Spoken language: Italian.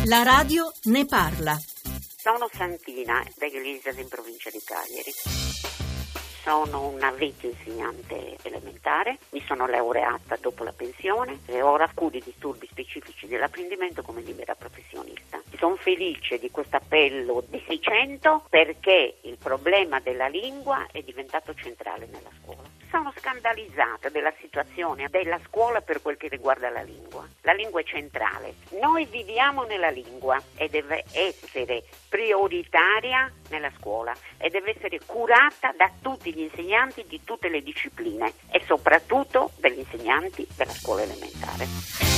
La radio ne parla. Sono Santina D'Elisa in provincia di Cagliari. Sono una vecchia insegnante elementare, mi sono laureata dopo la pensione e ora curo i disturbi specifici dell'apprendimento come libera professionista. Sono felice di questo appello di 600 perché il problema della lingua è diventato centrale nella scuola. Sono scandalizzata della situazione della scuola per quel che riguarda la lingua. La lingua è centrale. Noi viviamo nella lingua e deve essere prioritaria nella scuola e deve essere curata da tutti gli insegnanti di tutte le discipline e soprattutto dagli insegnanti della scuola elementare.